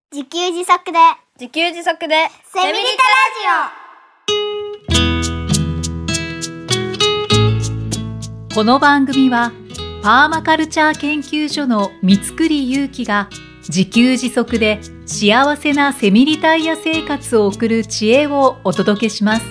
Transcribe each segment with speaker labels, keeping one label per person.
Speaker 1: 自給自足で
Speaker 2: セミリタラ
Speaker 3: ジオ。この番組はパーマカルチャー研究所の三栗祐希が自給自足で幸せなセミリタイヤ生活を送る知恵をお届けします。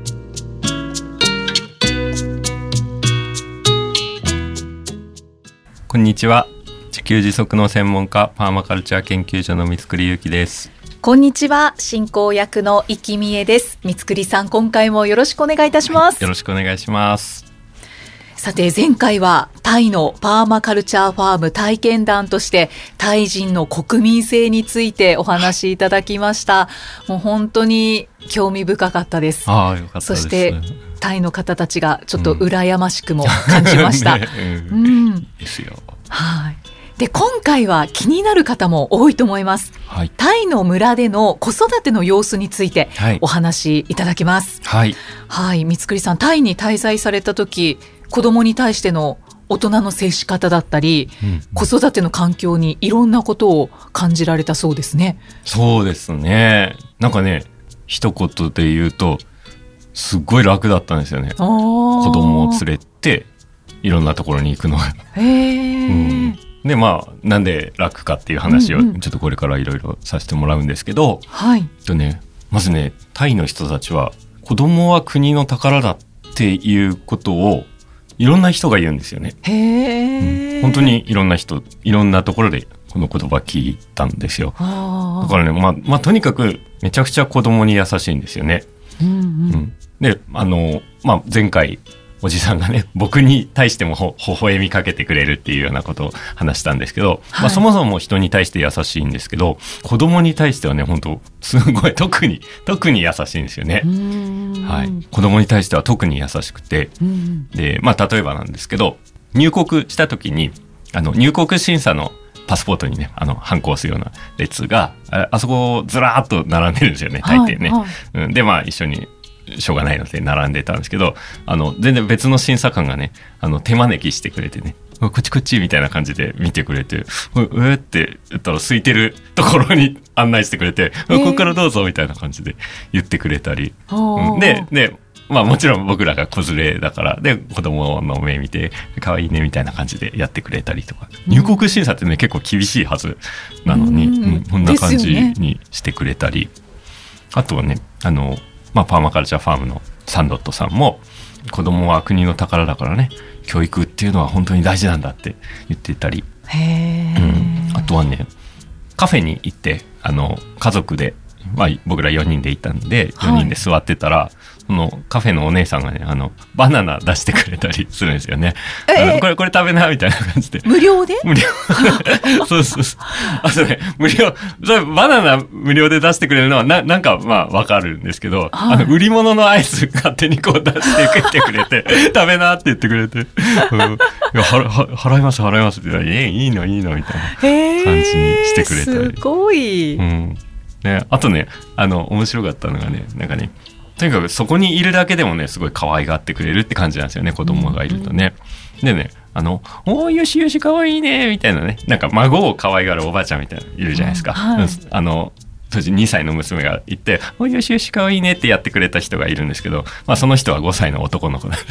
Speaker 4: こんにちは。自給自足の専門家パーマカルチャー研究所の三栗祐希です。
Speaker 3: こんにちは、進行役の生きみえです。三栗さん、今回もよろしくお願いいたします。
Speaker 4: よろしくお願いします。
Speaker 3: さて、前回はタイのパーマカルチャーファーム体験談としてタイ人の国民性についてお話しいただきました。もう本当に興味深かったです。
Speaker 4: ああ、よかったです。
Speaker 3: そしてタイの方たちがちょっと羨ましくも感じました。
Speaker 4: ですよ。
Speaker 3: はい。で、今回は気になる方も多いと思います。はい、タイの村での子育ての様子についてお話しいただきます。はい。はい。三栗さん、タイに滞在された時、子供に対しての大人の接し方だったり、子育ての環境にいろんなことを感じられたそうですね。
Speaker 4: そうですね。なんかね、一言で言うとすっごい楽だったんですよね。子供を連れていろんなところに行くのが。で、まあなんで楽かっていう話をちょっとこれからいろいろさせてもらうんですけど、まずね、タイの人たちは子供は国の宝だっていうことをいろんな人が言うんですよね。本当にいろんな人、いろんなところでこの言葉聞いたんですよ。だからね、とにかくめちゃくちゃ子供に優しいんですよね。で、前回おじさんがね、僕に対しても微笑みかけてくれるっていうようなことを話したんですけど、そもそも人に対して優しいんですけど、子供に対してはね、本当すごい特に優しいんですよね。はい。子供に対しては特に優しくて、で、例えばなんですけど、入国した時に入国審査のパスポートにね、反抗するような列が あそこずらーっと並んでるんですよね、大抵ね。で、一緒にしょうがないので並んでたんですけど、全然別の審査官がね、手招きしてくれてね、こっちこっちみたいな感じで見てくれて、って言ったら空いてるところに案内してくれて、ここからどうぞみたいな感じで言ってくれたり、で、もちろん僕らが子連れだから、で、子供の目見て可愛いねみたいな感じでやってくれたりとか、入国審査ってね、結構厳しいはずなのに、こんな感じにしてくれたり、あとはね、パーマカルチャーファームのサンドットさんも、子供は国の宝だからね、教育っていうのは本当に大事なんだって言ってたり、あとはね、カフェに行って家族で、僕ら4人で行ったんで4人で座ってたら、そのカフェのお姉さんがね、バナナ出してくれたりするんですよね。これ食べなみたいな感じで。
Speaker 3: 無料で？
Speaker 4: 無料。そうそうそう。それ無料。それバナナ無料で出してくれるのはなんかわかるんですけど、売り物のアイス勝手にこう出してきてくれて食べなって言ってくれて、いや払いますって言ったら、いいのみたいな感じにしてくれたり。
Speaker 3: すごい。
Speaker 4: ね、あとね、面白かったのがね、なんかね、とにかくそこにいるだけでもね、すごい可愛がってくれるって感じなんですよね、子供がいるとね。でね、よしよし可愛いねみたいなね、なんか孫を可愛がるおばあちゃんみたいなのいるじゃないですか。当時2歳の娘がいて、よしよし可愛いねってやってくれた人がいるんですけど、その人は5歳の男の子だ。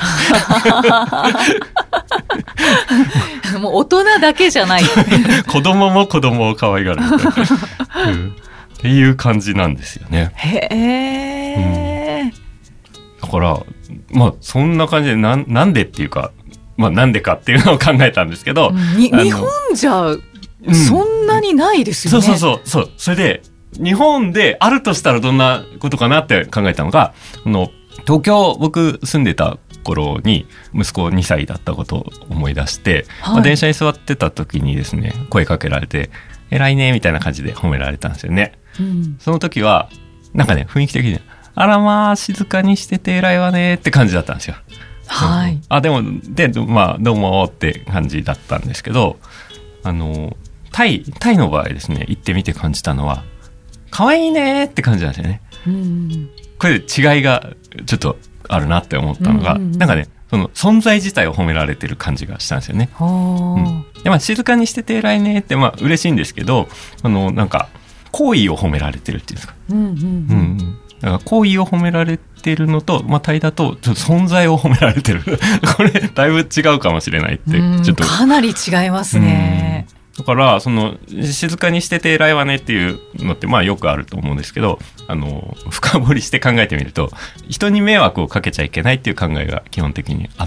Speaker 3: もう大人だけじゃない。
Speaker 4: 子供も子供を可愛がるみたいな、っていう感じなんですよね。だからそんな感じでなんでっていうか、なんでかっていうのを考えたんですけど、
Speaker 3: 日本じゃそんなにないですよね。
Speaker 4: そう。それで日本であるとしたらどんなことかなって考えたのが、東京僕住んでた頃に息子2歳だったことを思い出して、電車に座ってた時にですね、声かけられて偉いねみたいな感じで褒められたんですよね。その時はなんかね、雰囲気的にあら静かにしてて偉いわねって感じだったんですよ。でもどうもって感じだったんですけど、タイの場合ですね、行ってみて感じたのは可愛いねって感じなんですよね。これで違いがちょっとあるなって思ったのが、なんかね、その存在自体を褒められてる感じがしたんですよね。で静かにしてて偉いねって嬉しいんですけど、なんか行為を褒められてるっていうんですか、だから行為を褒められてるのと、タイだとちょっと存在を褒められてるこれだいぶ違うかもしれないってちょっと
Speaker 3: かなり違いますね。
Speaker 4: だから静かにしてて偉いわねっていうのってよくあると思うんですけど、深掘りして考えてみると人に迷惑をかけちゃいけないっていう考えが基本的にあって、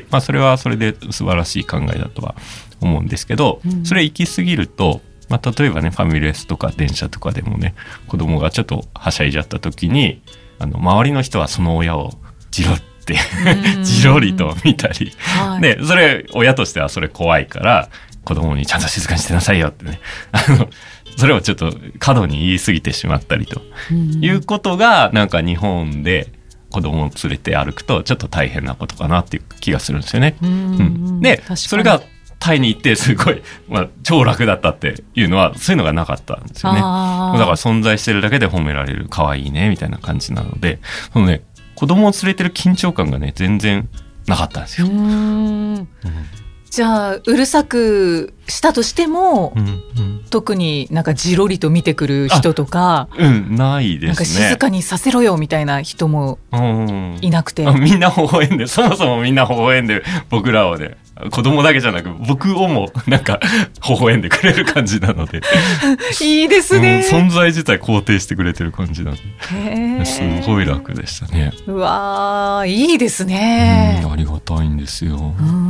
Speaker 4: それはそれで素晴らしい考えだとは思うんですけど、それ行き過ぎると、例えばねファミレスとか電車とかでもね子供がちょっとはしゃいじゃった時に周りの人はその親をじろってじろりと見たり、でそれ親としてはそれ怖いから子供にちゃんと静かにしてなさいよってねそれをちょっと過度に言い過ぎてしまったりということがなんか日本で子供を連れて歩くとちょっと大変なことかなっていう気がするんですよね。でそれがタイに行ってすごい、超楽だったっていうのはそういうのがなかったんですよね。だから存在してるだけで褒められる、可愛いねみたいな感じなので、子供を連れてる緊張感がね全然なかったんですよ。
Speaker 3: じゃあうるさくしたとしても、特になんかじろりと見てくる人とか、
Speaker 4: ないですね。
Speaker 3: なんか静かにさせろよみたいな人もいなくて、
Speaker 4: みんな微笑んで、そもそもみんな微笑んで僕らをね、子供だけじゃなく僕をもなんか微笑んでくれる感じなので
Speaker 3: いいですね、
Speaker 4: 存在自体肯定してくれてる感じなのですごい楽でしたね。
Speaker 3: うわー、いいですね。
Speaker 4: ありがたいんですよ。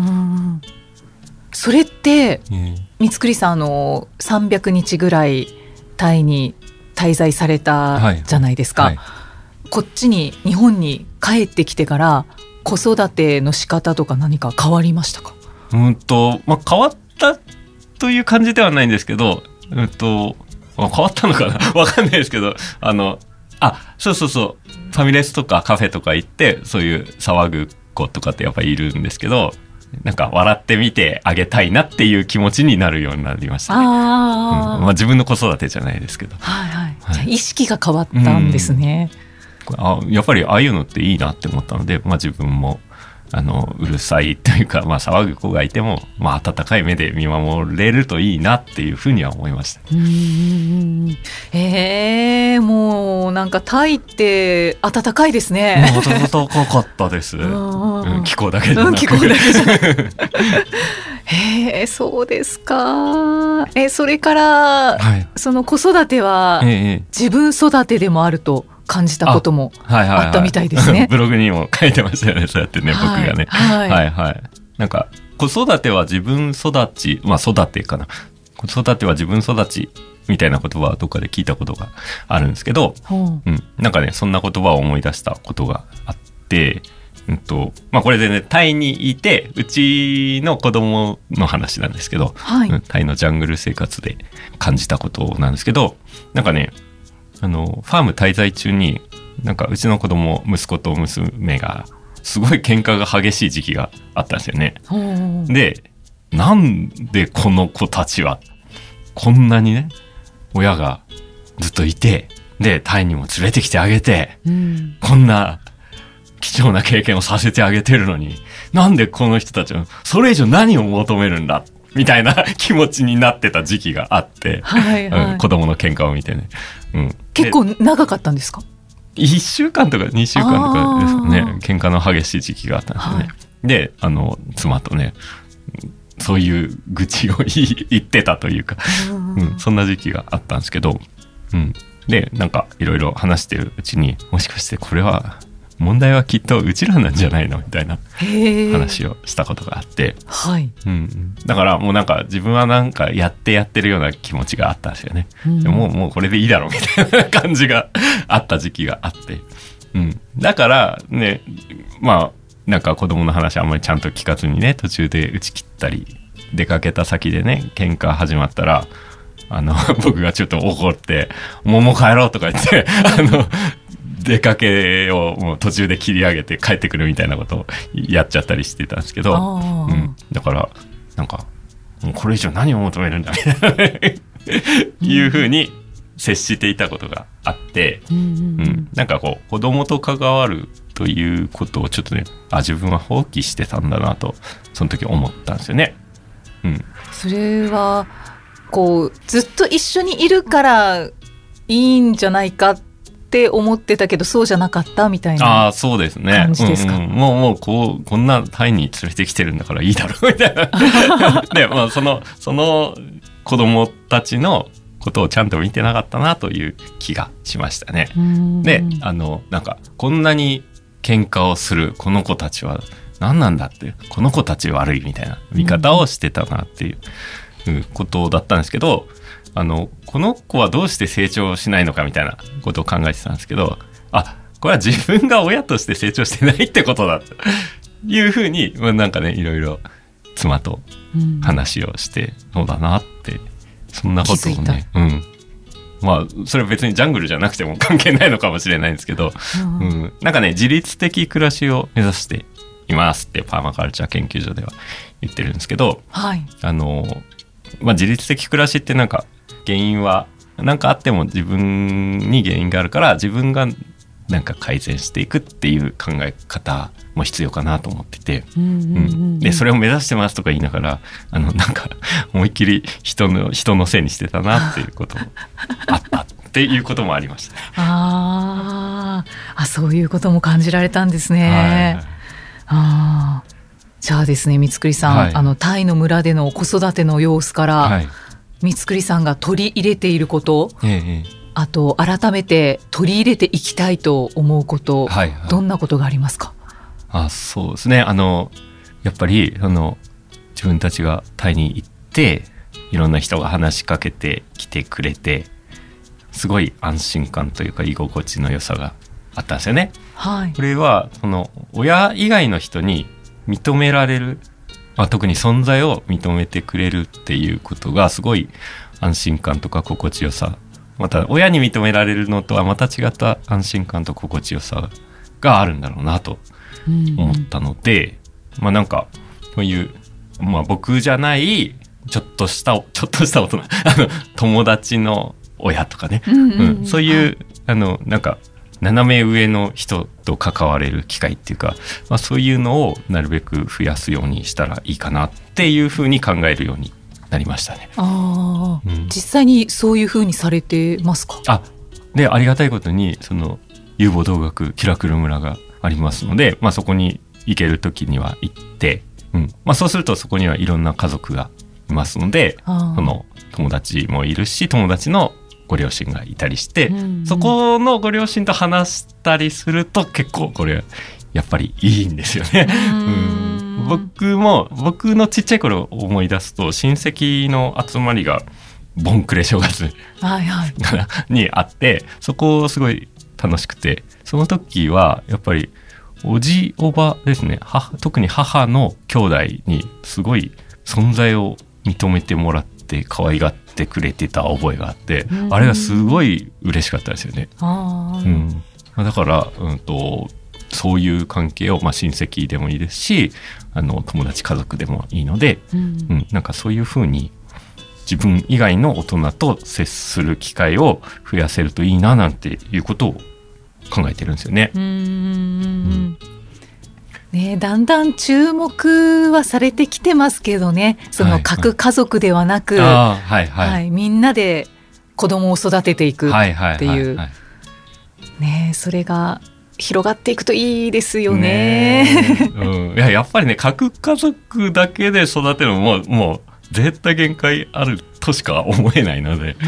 Speaker 3: それって三栗さん300日ぐらいタイに滞在されたじゃないですか、こっちに日本に帰ってきてから子育ての仕方とか何か変わりましたか？
Speaker 4: 変わったという感じではないんですけど、変わったのかなわかんないですけど、そうファミレスとかカフェとか行ってそういう騒ぐ子とかってやっぱりいるんですけど、なんか笑ってみてあげたいなっていう気持ちになるようになりましたね。自分の子育てじゃないですけど、じゃ
Speaker 3: あ意識が変わったんですね。
Speaker 4: やっぱりああいうのっていいなって思ったので、自分もうるさいというか、騒ぐ子がいても、温かい目で見守れるといいなっていうふうには思いました。
Speaker 3: もうなんかタイって暖かいですね。
Speaker 4: 暖かかったです。気候だけじゃなくて、気候だけじゃなく
Speaker 3: そうですか。それから、その子育ては自分育てでもあると感じたこともあったみたいですね。
Speaker 4: ブログにも書いてましたよね、そうやってね、僕がね。なんか子育ては自分育ち、育てかな、子育ては自分育ちみたいな言葉はどっかで聞いたことがあるんですけど、なんかねそんな言葉を思い出したことがあって、これでねタイにいてうちの子供の話なんですけど、タイのジャングル生活で感じたことなんですけど、なんかねファーム滞在中になんかうちの子供、息子と娘がすごい喧嘩が激しい時期があったんですよね。で、なんでこの子たちはこんなにね親がずっといて、でタイにも連れてきてあげて、こんな貴重な経験をさせてあげてるのに、なんでこの人たちはそれ以上何を求めるんだみたいな気持ちになってた時期があって、子供の喧嘩を見てね、
Speaker 3: 結構長かったんですか
Speaker 4: ？1週間とか2週間とかですかね、喧嘩の激しい時期があったんですよね。で妻とねそういう愚痴を言ってたというか、そんな時期があったんですけど、でなんかいろいろ話してるうちに、もしかしてこれは問題はきっとうちらなんじゃないのみたいな話をしたことがあって、だからもうなんか自分はなんかやってるような気持ちがあったんですよね。でもうこれでいいだろうみたいな感じがあった時期があって、だからね、なんか子供の話あんまりちゃんと聞かずにね、途中で打ち切ったり、出かけた先でね喧嘩始まったら僕がちょっと怒ってもう帰ろうとか言って出かけをもう途中で切り上げて帰ってくるみたいなことをやっちゃったりしてたんですけど、だからなんかもうこれ以上何を求めるんだみたいないうふうに接していたことがあって、なんかこう子供と関わるということをちょっとね、自分は放棄してたんだなとその時思ったんですよね。
Speaker 3: それはこうずっと一緒にいるからいいんじゃないかって思ってたけどそうじゃなかったみたいな
Speaker 4: そうですね
Speaker 3: 感じですか。
Speaker 4: もうこんなタイに連れてきてるんだからいいだろうみたいなで、その子供たちのことをちゃんと見てなかったなという気がしましたね。でなんかこんなに喧嘩をするこの子たちは何なんだって、この子たち悪いみたいな見方をしてたなっていうことだったんですけど、この子はどうして成長しないのかみたいなことを考えてたんですけど、これは自分が親として成長してないってことだというふうに、なんかねいろいろ妻と話をして、そうだなってそんなことをね、それは別にジャングルじゃなくても関係ないのかもしれないんですけど、なんかね自律的暮らしを目指していますってパーマカルチャー研究所では言ってるんですけど、自律的暮らしってなんか原因は何かあっても自分に原因があるから自分がなんか改善していくっていう考え方も必要かなと思ってて、でそれを目指してますとか言いながらなんか思いっきり人のせいにしてたなっていうこともあったっていうこともありました。
Speaker 3: そういうことも感じられたんですね。じゃあですね、三栗さん、タイの村での子育ての様子から、三栗さんが取り入れていること、あと改めて取り入れていきたいと思うこと、どんなことがありますか？
Speaker 4: そうですね、やっぱり自分たちがタイに行っていろんな人が話しかけてきてくれて、すごい安心感というか居心地の良さがあったんですよね。これは親以外の人に認められる、特に存在を認めてくれるっていうことがすごい安心感とか心地よさ、また親に認められるのとはまた違った安心感と心地よさがあるんだろうなと思ったので、なんかこういう、僕じゃないちょっとした大人友達の親とかね、そういうなんか斜め上の人と関われる機会っていうか、そういうのをなるべく増やすようにしたらいいかなっていうふうに考えるようになりましたね。
Speaker 3: 実際にそういうふうにされてますか？
Speaker 4: でありがたいことに有望同学キラクル村がありますので、そこに行ける時には行って、そうするとそこにはいろんな家族がいますので、友達もいるし友達のご両親がいたりして、そこのご両親と話したりすると結構これやっぱりいいんですよね。僕のちっちゃい頃を思い出すと親戚の集まりがボンクレ正月にあって、そこすごい楽しくて、その時はやっぱりおじおばですね、特に母の兄弟にすごい存在を認めてもらって可愛がってくれてた覚えがあって、あれがすごい嬉しかったですよね。だから、そういう関係を、親戚でもいいですし友達家族でもいいので、なんかそういうふうに自分以外の大人と接する機会を増やせるといいななんていうことを考えてるんですよね。
Speaker 3: だんだん注目はされてきてますけどね、各家族ではなく、みんなで子供を育てていくっていう、それが広がっていくといいですよね。やっぱりね、各家族だけで育てるのもう絶対限界あるとしか思えないので、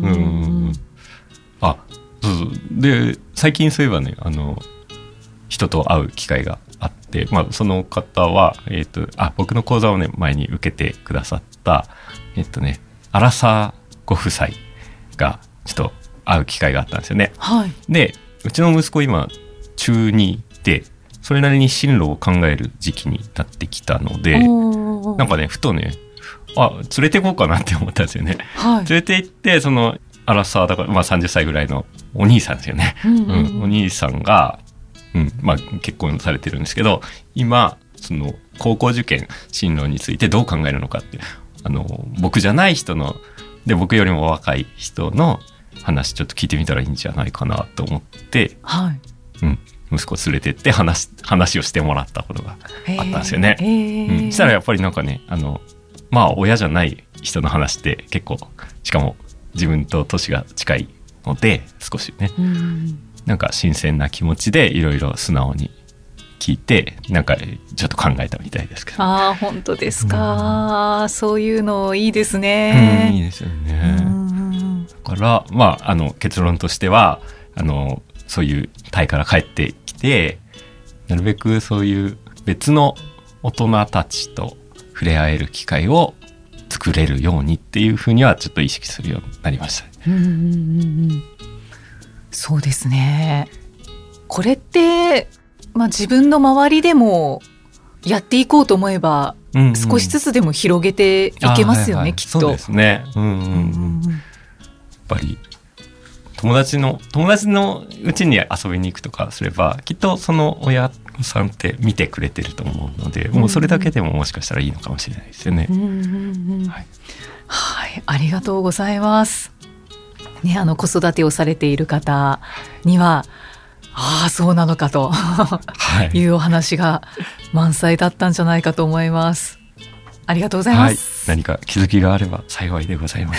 Speaker 3: で最近そういえばね人と会う機会があって、その方は、僕の講座をね前に受けてくださったアラサーご夫妻がちょっと会う機会があったんですよね。でうちの息子今中2で、それなりに進路を考える時期になってきたので、なんかねふとね連れて行こうかなって思ったんですよね。連れて行ってアラサーだから、30歳ぐらいのお兄さんですよね。お兄さんが、結婚されてるんですけど、今高校受験進路についてどう考えるのかって、僕じゃない人ので僕よりも若い人の話ちょっと聞いてみたらいいんじゃないかなと思って、息子連れてって話をしてもらったことがあったんですよね。そしたらやっぱりなんかね親じゃない人の話って結構、しかも自分と年が近い
Speaker 4: ので、少しね、なんか新鮮な気持ちでいろいろ素直に聞いて、なんかちょっと考えたみたいですけど。
Speaker 3: 本当ですか。そういうのいいですね。
Speaker 4: いいですよね。だから結論としてはそういうタイから帰ってきて、なるべくそういう別の大人たちと触れ合える機会を作れるようにっていうふうにはちょっと意識するようになりました。
Speaker 3: そうですね。これって、自分の周りでもやっていこうと思えば、少しずつでも広げていけますよね、きっと。
Speaker 4: そうですね。やっぱり友達のうちに遊びに行くとかすれば、きっとその親さんって見てくれてると思うので、もうそれだけでももしかしたらいいのかもしれないですよね。
Speaker 3: はい、ありがとうございます。ね、子育てをされている方には、そうなのかというお話が満載だったんじゃないかと思います。ありがとうございます。
Speaker 4: 何か気づきがあれば幸いでございます。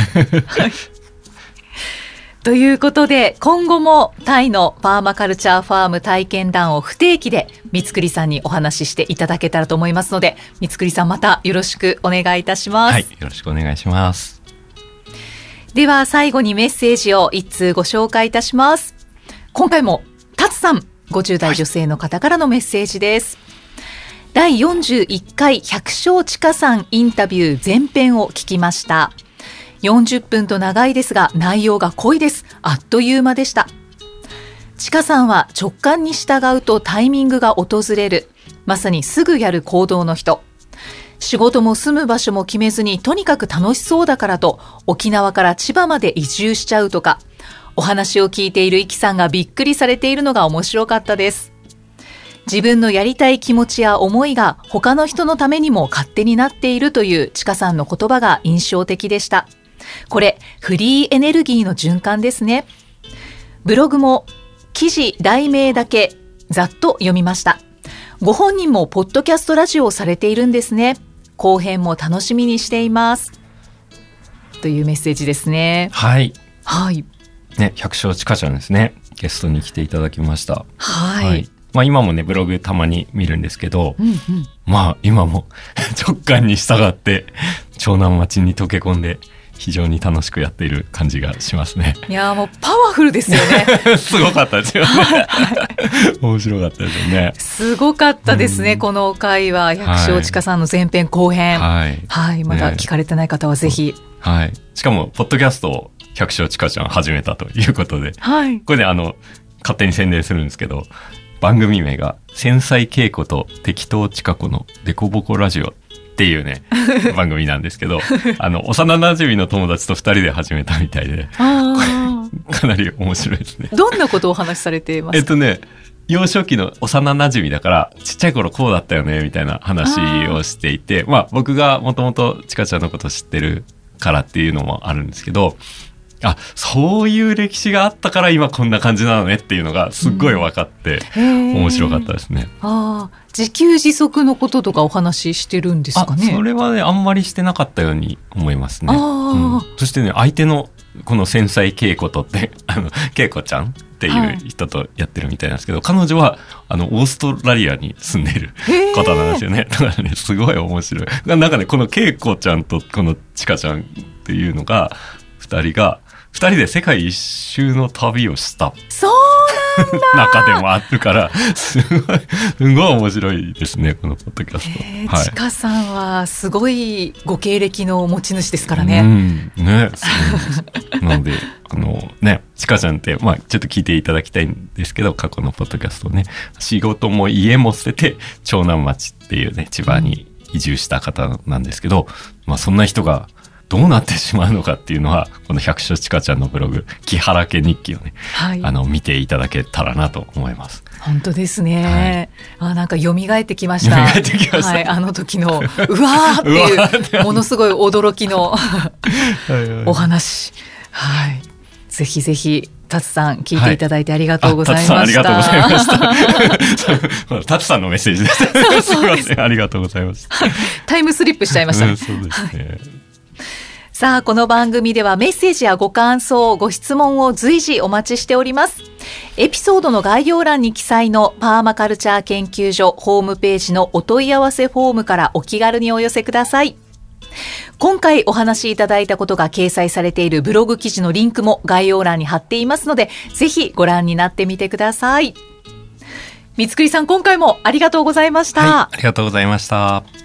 Speaker 3: ということで、今後もタイのパーマカルチャーファーム体験談を不定期で三つくりさんにお話ししていただけたらと思いますので、三つくりさんまたよろしくお願いいたします。
Speaker 4: よろしくお願いします。
Speaker 3: では最後にメッセージを一通ご紹介いたします。今回もタツさん、50代女性の方からのメッセージです。第41回百姓ちかさんインタビュー前編を聞きました。40分と長いですが内容が濃いです。あっという間でした。ちかさんは直感に従うとタイミングが訪れる、まさにすぐやる行動の人。仕事も住む場所も決めずにとにかく楽しそうだからと沖縄から千葉まで移住しちゃうとか、お話を聞いているイキさんがびっくりされているのが面白かったです。自分のやりたい気持ちや思いが他の人のためにも勝手になっているというちかさんの言葉が印象的でした。これフリーエネルギーの循環ですね。ブログも記事題名だけざっと読みました。ご本人もポッドキャストラジオをされているんですね。後編も楽しみにしています、というメッセージですね。
Speaker 4: はい、
Speaker 3: ね、
Speaker 4: 百姓ちかちゃんですね。ゲストに来ていただきました。
Speaker 3: はい、
Speaker 4: 今もねブログたまに見るんですけど、今も直感に従って長南町に溶け込んで非常に楽しくやっている感じがしますね。
Speaker 3: いやもうパワフルですよね。
Speaker 4: すごかったですよね。面白かったですよね。
Speaker 3: すごかったですね、この回は百姓ちかさんの前編後編、まだ聞かれてない方はぜひ、
Speaker 4: しかもポッドキャストを百姓ちかちゃん始めたということで、これね勝手に宣伝するんですけど、番組名が繊細稽古と適当ちか子のデコボコラジオっていうね番組なんですけど、幼なじみの友達と2人で始めたみたいで、かなり面白いですね。
Speaker 3: どんなことをお話しされていますか？
Speaker 4: 幼少期の幼なじみだからちっちゃい頃こうだったよねみたいな話をしていて、僕がもともとちかちゃんのこと知ってるからっていうのもあるんですけど、そういう歴史があったから今こんな感じなのねっていうのがすっごい分かって、面白かったですね。
Speaker 3: 自給自足のこととかお話ししてるんですかね？
Speaker 4: それはねあんまりしてなかったように思いますね。そしてね、相手のこの繊細稽古とって稽古ちゃんっていう人とやってるみたいなんですけど、彼女はオーストラリアに住んでいる方なんですよね。だからねすごい面白い。なんかねこの稽古ちゃんとこのちかちゃんっていうのが2人で世界一周の旅をした中でもあるからすごい面白いですね、このポッドキャスト。
Speaker 3: ちかさんはすごいご経歴の持ち主ですからね。
Speaker 4: そうなのでちかちゃんってちょっと聞いていただきたいんですけど、過去のポッドキャストね、仕事も家も捨てて長南町っていうね千葉に移住した方なんですけど、そんな人がどうなってしまうのかっていうのはこの百姓ちかちゃんのブログ木原家日記をね、見ていただけたらなと思います。
Speaker 3: 本当ですね、なんか蘇ってきました。あの時のうわーっていうものすごい驚きのお話。ぜひぜひタツさん聞いていただいてありがとうございました。
Speaker 4: タツさんありがとうございました。タツさんのメッセージです。すみません、ありがとうございます。
Speaker 3: タイムスリップしちゃいました。
Speaker 4: そうですね。
Speaker 3: さあ、この番組ではメッセージやご感想、ご質問を随時お待ちしております。エピソードの概要欄に記載のパーマカルチャー研究所ホームページのお問い合わせフォームからお気軽にお寄せください。今回お話しいただいたことが掲載されているブログ記事のリンクも概要欄に貼っていますので、ぜひご覧になってみてください。三栗さん、今回もありがとうございました。
Speaker 4: ありがとうございました。